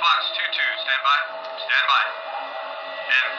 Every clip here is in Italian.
Fox 2-2, stand by. Stand by. And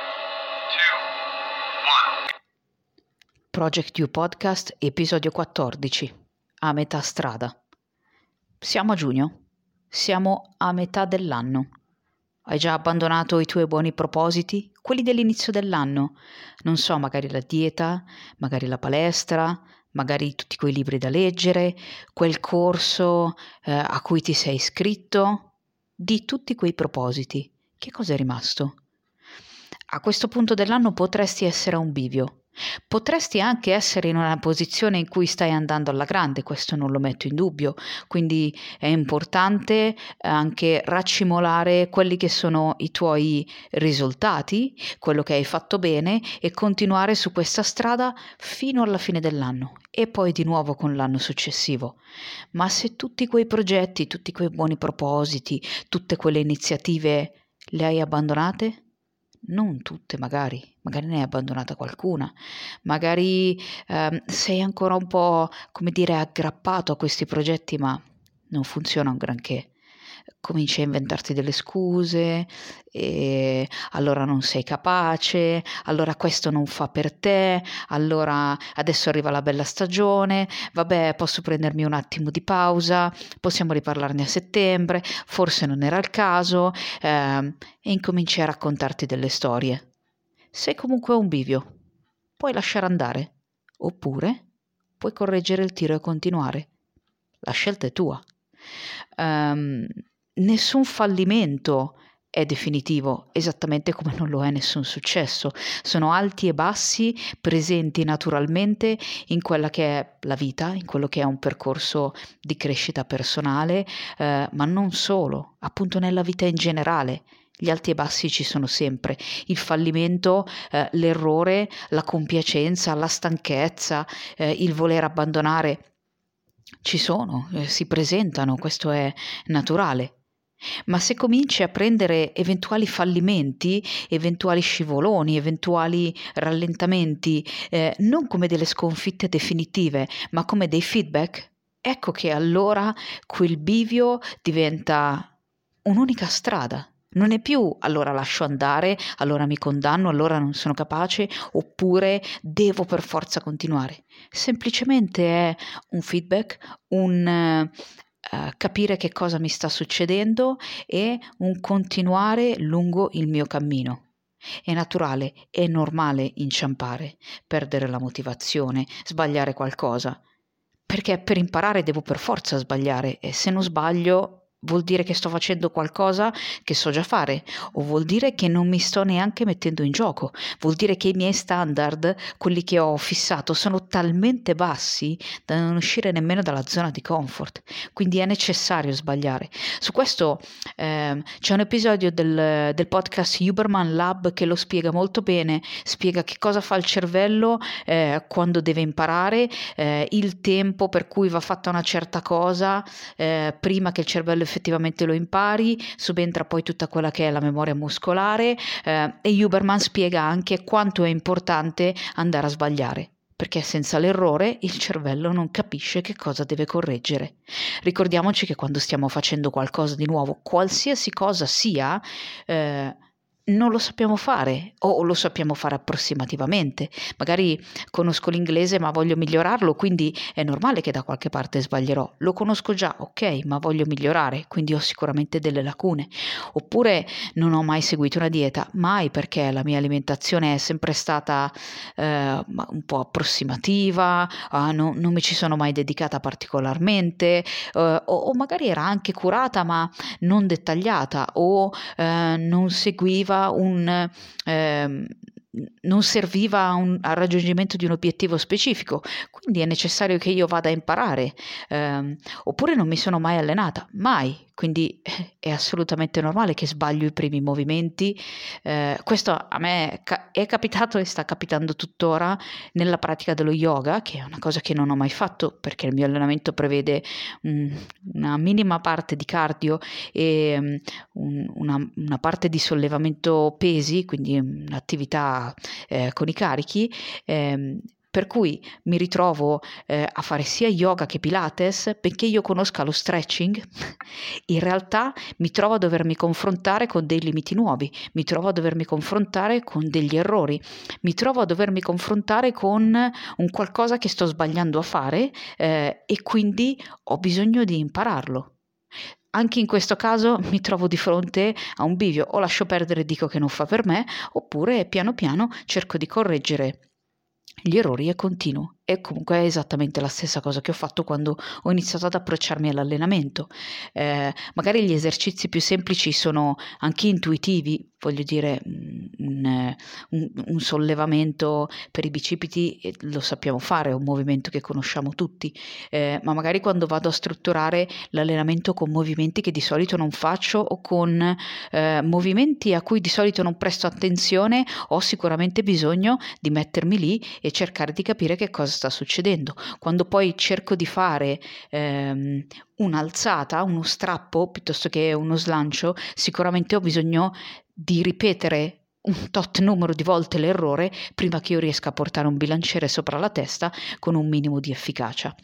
3, 2, 1. Project You Podcast, episodio 14. A metà strada. Siamo a giugno. Siamo a metà dell'anno. Hai già abbandonato i tuoi buoni propositi? Quelli dell'inizio dell'anno? Non so, magari la dieta, magari la palestra, magari tutti quei libri da leggere, quel corso a cui ti sei iscritto? Di tutti quei propositi, che cosa è rimasto? A questo punto dell'anno potresti essere a un bivio. Potresti anche essere in una posizione in cui stai andando alla grande, questo non lo metto in dubbio, quindi è importante anche raccimolare quelli che sono i tuoi risultati, quello che hai fatto bene e continuare su questa strada fino alla fine dell'anno e poi di nuovo con l'anno successivo. Ma se tutti quei progetti, tutti quei buoni propositi, tutte quelle iniziative le hai abbandonate? Non tutte, magari ne hai abbandonata qualcuna, magari sei ancora un po', come dire, aggrappato a questi progetti, ma non funziona un granché. Cominci a inventarti delle scuse, e allora non sei capace, allora questo non fa per te, allora adesso arriva la bella stagione, vabbè, posso prendermi un attimo di pausa, possiamo riparlarne a settembre, forse non era il caso, e incominci a raccontarti delle storie. Sei comunque a un bivio, puoi lasciare andare, oppure puoi correggere il tiro e continuare. La scelta è tua. Nessun fallimento è definitivo, esattamente come non lo è nessun successo. Sono alti e bassi presenti naturalmente in quella che è la vita, in quello che è un percorso di crescita personale, ma non solo, appunto nella vita in generale. Gli alti e bassi ci sono sempre, il fallimento, l'errore, la compiacenza, la stanchezza, il voler abbandonare ci sono, si presentano, questo è naturale. Ma se cominci a prendere eventuali fallimenti, eventuali scivoloni, eventuali rallentamenti, non come delle sconfitte definitive, ma come dei feedback, ecco che allora quel bivio diventa un'unica strada. Non è più allora lascio andare, allora mi condanno, allora non sono capace, oppure devo per forza continuare. Semplicemente è un feedback, un capire che cosa mi sta succedendo e un continuare lungo il mio cammino. È naturale, è normale inciampare, perdere la motivazione, sbagliare qualcosa, perché per imparare devo per forza sbagliare e se non sbaglio vuol dire che sto facendo qualcosa che so già fare o vuol dire che non mi sto neanche mettendo in gioco, vuol dire che i miei standard, quelli che ho fissato, sono talmente bassi da non uscire nemmeno dalla zona di comfort, quindi è necessario sbagliare. Su questo c'è un episodio del podcast Huberman Lab che lo spiega molto bene, spiega che cosa fa il cervello quando deve imparare, il tempo per cui va fatta una certa cosa prima che il cervello effettivamente lo impari, subentra poi tutta quella che è la memoria muscolare e Huberman spiega anche quanto è importante andare a sbagliare, perché senza l'errore il cervello non capisce che cosa deve correggere. Ricordiamoci che quando stiamo facendo qualcosa di nuovo, qualsiasi cosa sia, non lo sappiamo fare o lo sappiamo fare approssimativamente. Magari conosco l'inglese ma voglio migliorarlo, quindi è normale che da qualche parte sbaglierò. Lo conosco già, ok, ma voglio migliorare, quindi ho sicuramente delle lacune. Oppure non ho mai seguito una dieta, mai, perché la mia alimentazione è sempre stata un po' approssimativa, non mi ci sono mai dedicata particolarmente, o magari era anche curata ma non dettagliata o non seguiva non serviva al raggiungimento di un obiettivo specifico, quindi è necessario che io vada a imparare, oppure non mi sono mai allenata, mai, quindi è assolutamente normale che sbaglio i primi movimenti. Questo a me è capitato e sta capitando tuttora nella pratica dello yoga, che è una cosa che non ho mai fatto perché il mio allenamento prevede una minima parte di cardio e una parte di sollevamento pesi, quindi un'attività con i carichi, Per cui mi ritrovo a fare sia yoga che Pilates, benché io conosca lo stretching, in realtà mi trovo a dovermi confrontare con dei limiti nuovi, mi trovo a dovermi confrontare con degli errori, mi trovo a dovermi confrontare con un qualcosa che sto sbagliando a fare e quindi ho bisogno di impararlo. Anche in questo caso mi trovo di fronte a un bivio: o lascio perdere e dico che non fa per me, oppure piano piano cerco di correggere gli errori e continuo. E comunque è esattamente la stessa cosa che ho fatto quando ho iniziato ad approcciarmi all'allenamento. Magari gli esercizi più semplici sono anche intuitivi, voglio dire, un sollevamento per i bicipiti lo sappiamo fare, è un movimento che conosciamo tutti, ma magari quando vado a strutturare l'allenamento con movimenti che di solito non faccio o con movimenti a cui di solito non presto attenzione, ho sicuramente bisogno di mettermi lì e cercare di capire che cosa sta succedendo. Quando poi cerco di fare un'alzata, uno strappo piuttosto che uno slancio, sicuramente ho bisogno di ripetere un tot numero di volte l'errore prima che io riesca a portare un bilanciere sopra la testa con un minimo di efficacia.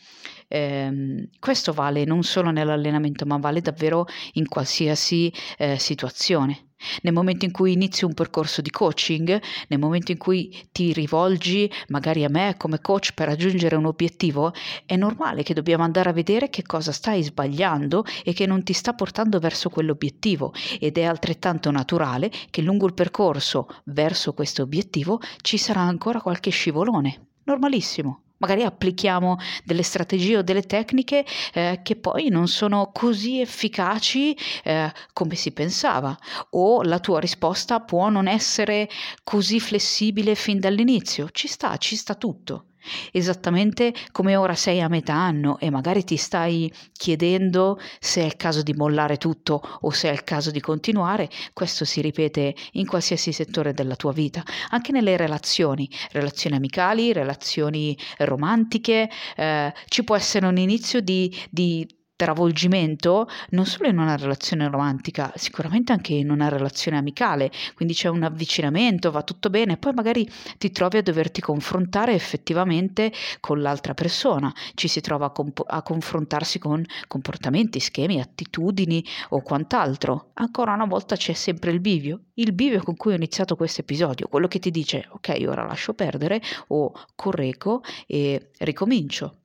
Questo vale non solo nell'allenamento, ma vale davvero in qualsiasi situazione. Nel momento in cui inizi un percorso di coaching, nel momento in cui ti rivolgi magari a me come coach per raggiungere un obiettivo, è normale che dobbiamo andare a vedere che cosa stai sbagliando e che non ti sta portando verso quell'obiettivo, ed è altrettanto naturale che lungo il percorso verso questo obiettivo ci sarà ancora qualche scivolone. Normalissimo. Magari applichiamo delle strategie o delle tecniche che poi non sono così efficaci come si pensava, o la tua risposta può non essere così flessibile fin dall'inizio. Ci sta tutto. Esattamente come ora sei a metà anno e magari ti stai chiedendo se è il caso di mollare tutto o se è il caso di continuare. Questo si ripete in qualsiasi settore della tua vita, anche nelle relazioni amicali, relazioni romantiche. Ci può essere un inizio di travolgimento non solo in una relazione romantica, sicuramente anche in una relazione amicale, quindi c'è un avvicinamento, va tutto bene, poi magari ti trovi a doverti confrontare effettivamente con l'altra persona, ci si trova a confrontarsi con comportamenti, schemi, attitudini o quant'altro. Ancora una volta c'è sempre il bivio con cui ho iniziato questo episodio, quello che ti dice ok, ora lascio perdere o correggo e ricomincio.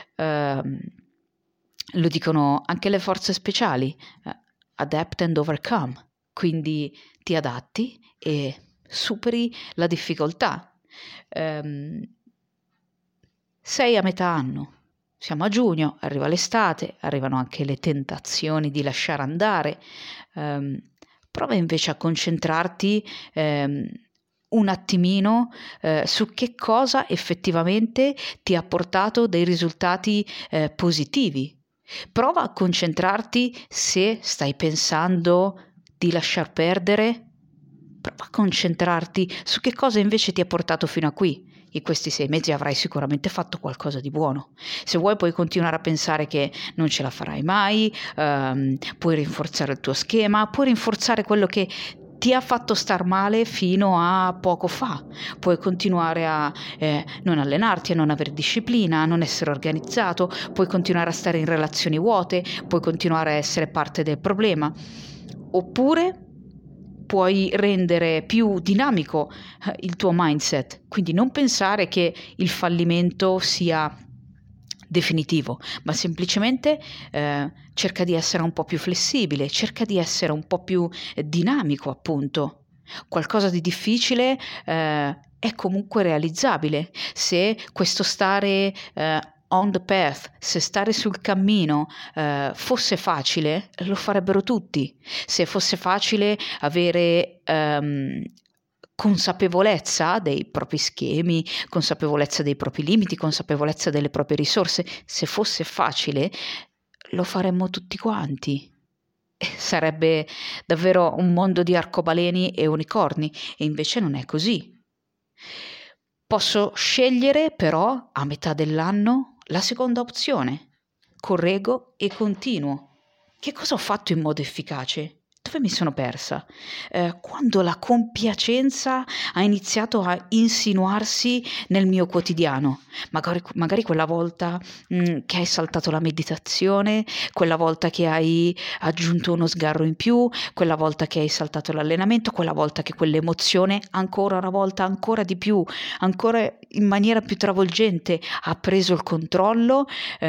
Lo dicono anche le forze speciali, adapt and overcome, quindi ti adatti e superi la difficoltà. Sei a metà anno, siamo a giugno, arriva l'estate, arrivano anche le tentazioni di lasciare andare. Prova invece a concentrarti un attimino su che cosa effettivamente ti ha portato dei risultati positivi. Prova a concentrarti se stai pensando di lasciar perdere. Prova a concentrarti su che cosa invece ti ha portato fino a qui. In questi 6 mesi avrai sicuramente fatto qualcosa di buono. Se vuoi puoi continuare a pensare che non ce la farai mai, puoi rinforzare il tuo schema, puoi rinforzare quello che ti ha fatto star male fino a poco fa. Puoi continuare a non allenarti, a non avere disciplina, a non essere organizzato, puoi continuare a stare in relazioni vuote, puoi continuare a essere parte del problema, oppure puoi rendere più dinamico il tuo mindset, quindi non pensare che il fallimento sia definitivo, ma semplicemente cerca di essere un po' più flessibile, cerca di essere un po' più dinamico, appunto. Qualcosa di difficile è comunque realizzabile. Se questo stare on the path, se stare sul cammino fosse facile, lo farebbero tutti. Se fosse facile avere consapevolezza dei propri schemi, consapevolezza dei propri limiti, consapevolezza delle proprie risorse, se fosse facile lo faremmo tutti quanti. Sarebbe davvero un mondo di arcobaleni e unicorni, e invece non è così. Posso scegliere però a metà dell'anno la seconda opzione. Correggo e continuo. Che cosa ho fatto in modo efficace? dove mi sono persa? Quando la compiacenza ha iniziato a insinuarsi nel mio quotidiano, magari quella volta che hai saltato la meditazione, quella volta che hai aggiunto uno sgarro in più, quella volta che hai saltato l'allenamento, quella volta che quell'emozione ancora una volta, ancora di più, ancora in maniera più travolgente ha preso il controllo.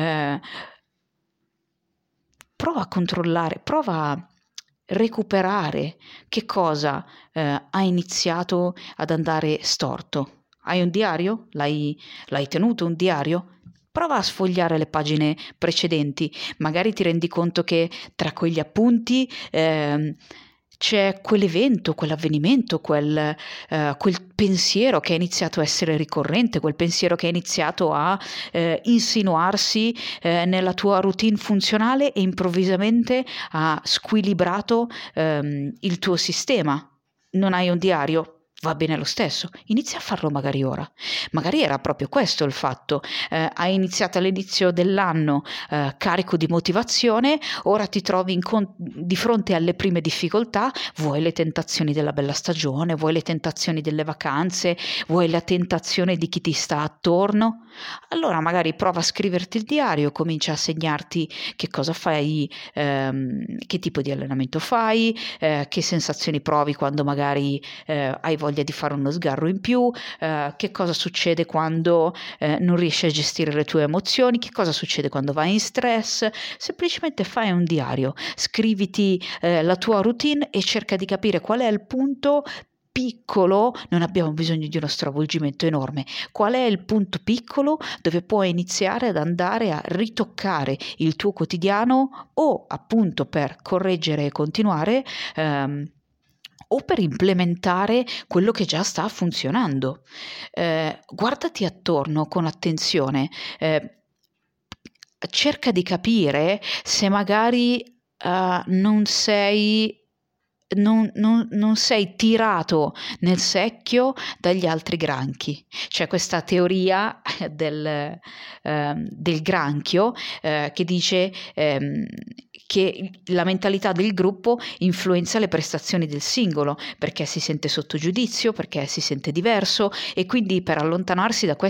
Prova a controllare, prova a recuperare che cosa ha iniziato ad andare storto. Hai un diario? L'hai tenuto un diario? Prova a sfogliare le pagine precedenti, magari ti rendi conto che tra quegli appunti c'è quell'evento, quell'avvenimento, quel pensiero che ha iniziato a essere ricorrente, quel pensiero che ha iniziato a insinuarsi nella tua routine funzionale e improvvisamente ha squilibrato il tuo sistema. Non hai un diario? Va bene lo stesso, inizia a farlo magari ora. Magari era proprio questo il fatto. Hai iniziato all'inizio dell'anno carico di motivazione, ora ti trovi di fronte alle prime difficoltà, vuoi le tentazioni della bella stagione, vuoi le tentazioni delle vacanze, vuoi la tentazione di chi ti sta attorno. Allora magari prova a scriverti il diario, comincia a segnarti che cosa fai, che tipo di allenamento fai, che sensazioni provi quando magari hai voglia di fare uno sgarro in più, che cosa succede quando non riesci a gestire le tue emozioni, che cosa succede quando vai in stress. Semplicemente fai un diario, scriviti la tua routine e cerca di capire qual è il punto piccolo, non abbiamo bisogno di uno stravolgimento enorme, qual è il punto piccolo dove puoi iniziare ad andare a ritoccare il tuo quotidiano o appunto per correggere e continuare o per implementare quello che già sta funzionando. Guardati attorno con attenzione, cerca di capire se magari non sei tirato nel secchio dagli altri granchi. C'è questa teoria del granchio che dice che la mentalità del gruppo influenza le prestazioni del singolo, perché si sente sotto giudizio, perché si sente diverso, e quindi per allontanarsi da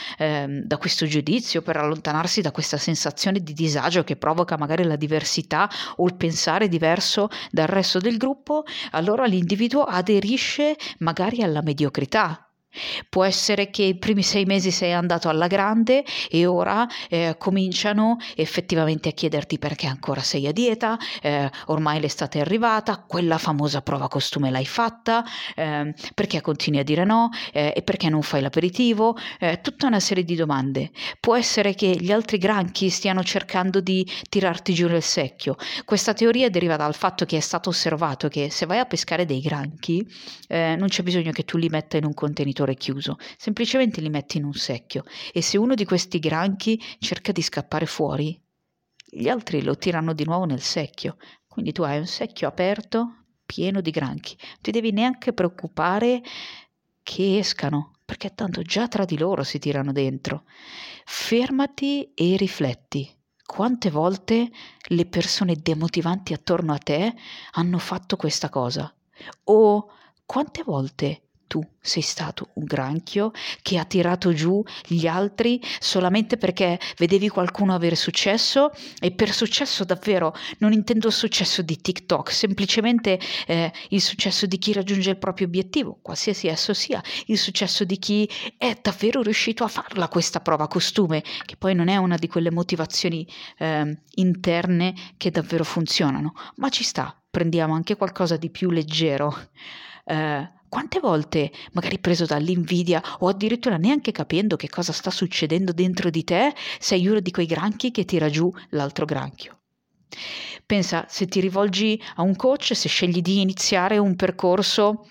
questo giudizio, per allontanarsi da questa sensazione di disagio che provoca magari la diversità o il pensare diverso dal resto del gruppo, allora l'individuo aderisce magari alla mediocrità. Può essere che i primi 6 mesi sei andato alla grande e ora cominciano effettivamente a chiederti perché ancora sei a dieta, ormai l'estate è arrivata, quella famosa prova costume l'hai fatta, perché continui a dire no, e perché non fai l'aperitivo, tutta una serie di domande. Può essere che gli altri granchi stiano cercando di tirarti giù nel secchio. Questa teoria deriva dal fatto che è stato osservato che se vai a pescare dei granchi non c'è bisogno che tu li metta in un contenitore chiuso, semplicemente li metti in un secchio e se uno di questi granchi cerca di scappare fuori, gli altri lo tirano di nuovo nel secchio. Quindi tu hai un secchio aperto pieno di granchi, non ti devi neanche preoccupare che escano, perché tanto già tra di loro si tirano dentro. Fermati e rifletti. Quante volte le persone demotivanti attorno a te hanno fatto questa cosa? O quante volte tu sei stato un granchio che ha tirato giù gli altri solamente perché vedevi qualcuno avere successo, e per successo davvero non intendo il successo di TikTok, semplicemente il successo di chi raggiunge il proprio obiettivo, qualsiasi esso sia, il successo di chi è davvero riuscito a farla questa prova costume, che poi non è una di quelle motivazioni interne che davvero funzionano, ma ci sta, prendiamo anche qualcosa di più leggero. Quante volte, magari preso dall'invidia o addirittura neanche capendo che cosa sta succedendo dentro di te, sei uno di quei granchi che tira giù l'altro granchio. Pensa, se ti rivolgi a un coach, se scegli di iniziare un percorso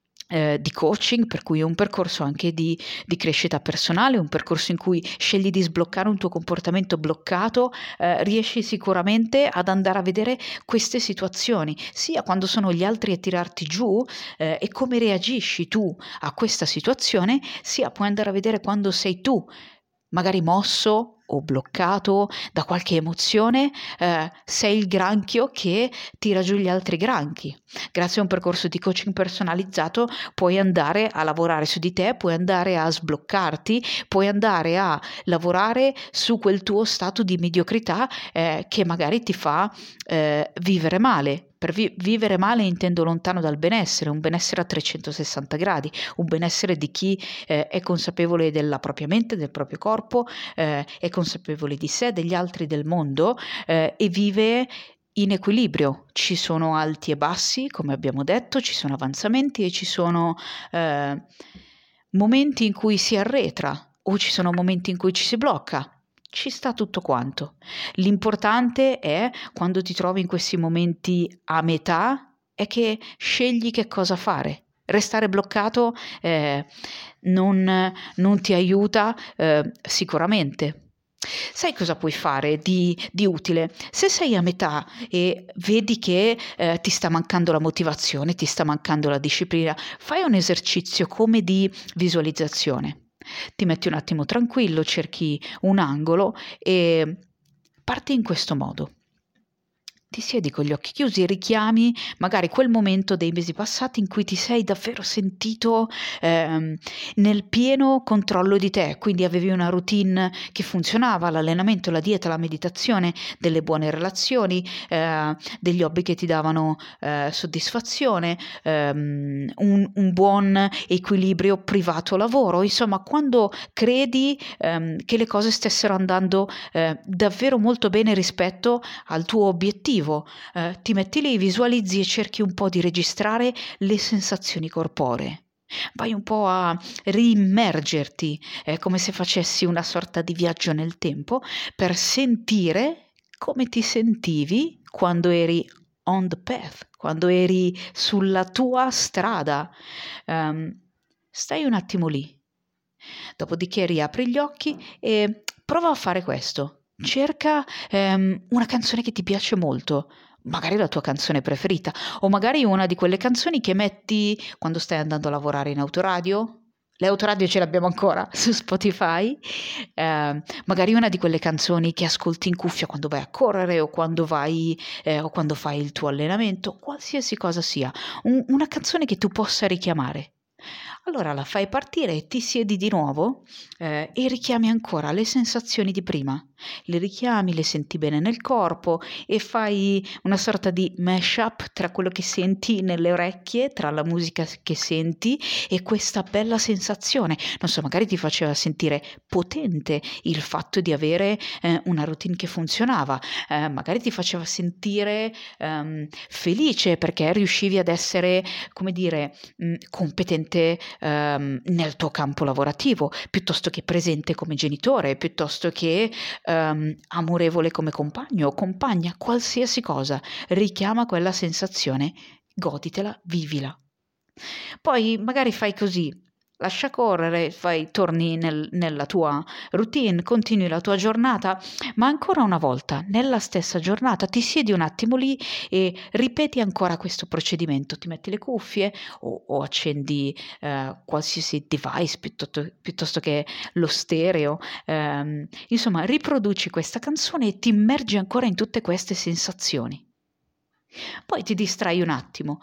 di coaching, per cui è un percorso anche di crescita personale, un percorso in cui scegli di sbloccare un tuo comportamento bloccato, riesci sicuramente ad andare a vedere queste situazioni, sia quando sono gli altri a tirarti giù e come reagisci tu a questa situazione, sia puoi andare a vedere quando sei tu magari mosso o bloccato da qualche emozione, sei il granchio che tira giù gli altri granchi. Grazie a un percorso di coaching personalizzato puoi andare a lavorare su di te, puoi andare a sbloccarti, puoi andare a lavorare su quel tuo stato di mediocrità che magari ti fa vivere male. Per vivere male intendo lontano dal benessere, un benessere a 360 gradi, un benessere di chi è consapevole della propria mente, del proprio corpo, è consapevole di sé, degli altri, del mondo e vive in equilibrio. Ci sono alti e bassi, come abbiamo detto, ci sono avanzamenti e ci sono momenti in cui si arretra o ci sono momenti in cui ci si blocca. Ci sta tutto quanto. L'importante è, quando ti trovi in questi momenti a metà, è che scegli che cosa fare. Restare bloccato non ti aiuta sicuramente. Sai cosa puoi fare di utile? Se sei a metà e vedi che ti sta mancando la motivazione, ti sta mancando la disciplina, fai un esercizio come di visualizzazione. Ti metti un attimo tranquillo, cerchi un angolo e parti in questo modo. Ti siedi con gli occhi chiusi e richiami magari quel momento dei mesi passati in cui ti sei davvero sentito nel pieno controllo di te, quindi avevi una routine che funzionava, l'allenamento, la dieta, la meditazione, delle buone relazioni, degli hobby che ti davano soddisfazione, un buon equilibrio privato-lavoro, insomma quando credi che le cose stessero andando davvero molto bene rispetto al tuo obiettivo. Ti metti lì, visualizzi e cerchi un po' di registrare le sensazioni corporee. Vai un po' a riimmergerti, come se facessi una sorta di viaggio nel tempo, per sentire come ti sentivi quando eri on the path, quando eri sulla tua strada. Stai un attimo lì. Dopodiché riapri gli occhi e prova a fare questo. Cerca una canzone che ti piace molto, magari la tua canzone preferita, o magari una di quelle canzoni che metti quando stai andando a lavorare in autoradio. Le autoradio ce l'abbiamo ancora su Spotify, magari una di quelle canzoni che ascolti in cuffia quando vai a correre o quando o quando fai il tuo allenamento, qualsiasi cosa sia, una canzone che tu possa richiamare. Allora la fai partire e ti siedi di nuovo e richiami ancora le sensazioni di prima. Le richiami, le senti bene nel corpo e fai una sorta di mash-up tra quello che senti nelle orecchie, tra la musica che senti e questa bella sensazione. Non so, magari ti faceva sentire potente il fatto di avere una routine che funzionava, magari ti faceva sentire felice perché riuscivi ad essere, come dire, competente nel tuo campo lavorativo, piuttosto che presente come genitore, piuttosto che amorevole come compagno o compagna, qualsiasi cosa, richiama quella sensazione, goditela, vivila. Poi magari fai così, lascia correre, torni nella tua routine, continui la tua giornata, ma ancora una volta, nella stessa giornata, ti siedi un attimo lì e ripeti ancora questo procedimento. Ti metti le cuffie o accendi qualsiasi device piuttosto che lo stereo. Insomma, riproduci questa canzone e ti immergi ancora in tutte queste sensazioni. Poi ti distrai un attimo,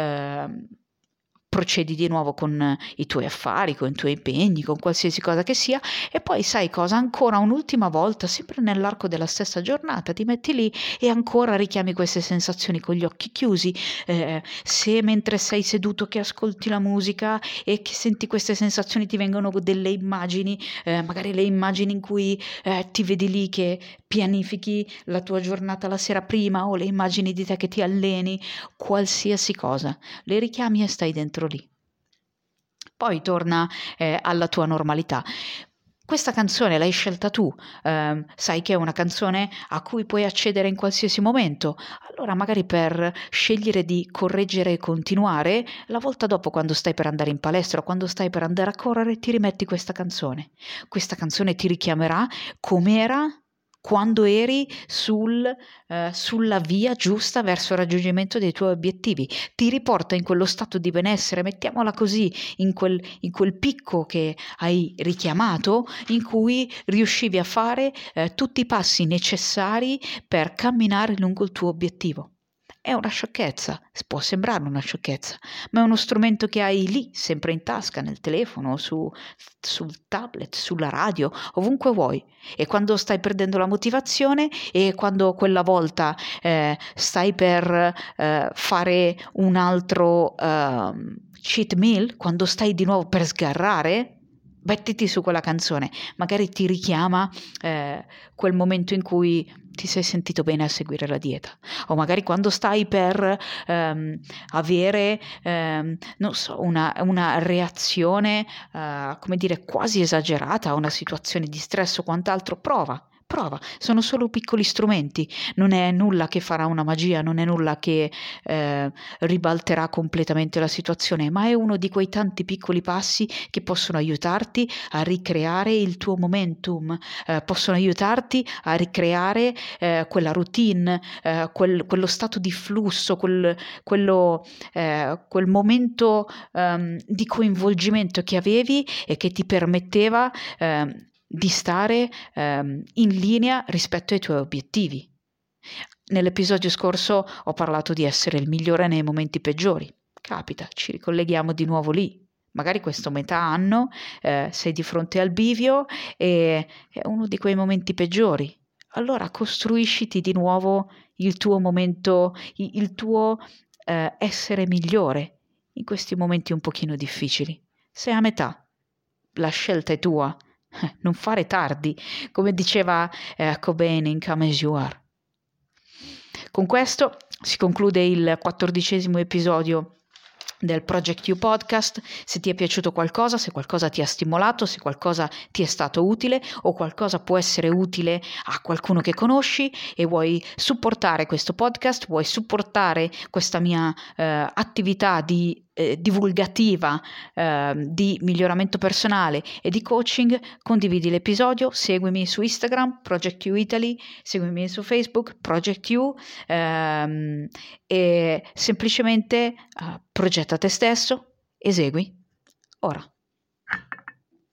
procedi di nuovo con i tuoi affari, con i tuoi impegni, con qualsiasi cosa che sia, e poi sai cosa? Ancora un'ultima volta, sempre nell'arco della stessa giornata, ti metti lì e ancora richiami queste sensazioni con gli occhi chiusi. Se mentre sei seduto che ascolti la musica e che senti queste sensazioni ti vengono delle immagini, magari le immagini in cui ti vedi lì che pianifichi la tua giornata la sera prima, o le immagini di te che ti alleni, qualsiasi cosa, le richiami e stai dentro lì. Poi torna alla tua normalità. Questa canzone l'hai scelta tu, sai che è una canzone a cui puoi accedere in qualsiasi momento, allora magari per scegliere di correggere e continuare, la volta dopo, quando stai per andare in palestra o quando stai per andare a correre, ti rimetti questa canzone. Questa canzone ti richiamerà com'era quando eri sulla via giusta verso il raggiungimento dei tuoi obiettivi. Ti riporta in quello stato di benessere, mettiamola così, in quel picco che hai richiamato, in cui riuscivi a fare tutti i passi necessari per camminare lungo il tuo obiettivo. È una sciocchezza, può sembrare una sciocchezza, ma è uno strumento che hai lì, sempre in tasca, nel telefono, sul tablet, sulla radio, ovunque vuoi. E quando stai perdendo la motivazione e quando quella volta stai per fare un altro cheat meal, quando stai di nuovo per sgarrare, mettiti su quella canzone, magari ti richiama quel momento in cui ti sei sentito bene a seguire la dieta, o magari quando stai per avere non so, una reazione come dire quasi esagerata a una situazione di stress o quant'altro. Prova, sono solo piccoli strumenti, non è nulla che farà una magia, non è nulla che ribalterà completamente la situazione, ma è uno di quei tanti piccoli passi che possono aiutarti a ricreare il tuo momentum, possono aiutarti a ricreare quella routine, quello stato di flusso, quel momento di coinvolgimento che avevi e che ti permetteva di stare in linea rispetto ai tuoi obiettivi. Nell'episodio scorso ho parlato di essere il migliore nei momenti peggiori. Capita, ci ricolleghiamo di nuovo lì. Magari questo metà anno sei di fronte al bivio e è uno di quei momenti peggiori. Allora costruisciti di nuovo il tuo momento, il tuo essere migliore in questi momenti un pochino difficili. Sei a metà, la scelta è tua. Non fare tardi, come diceva Cobain in Come As You Are. Con questo si conclude il 14° episodio del Project You Podcast. Se ti è piaciuto qualcosa, se qualcosa ti ha stimolato, se qualcosa ti è stato utile o qualcosa può essere utile a qualcuno che conosci e vuoi supportare questo podcast, vuoi supportare questa mia attività di divulgativa, di miglioramento personale e di coaching, condividi l'episodio, seguimi su Instagram Project You Italy, seguimi su Facebook Project You e semplicemente progetta te stesso, esegui ora.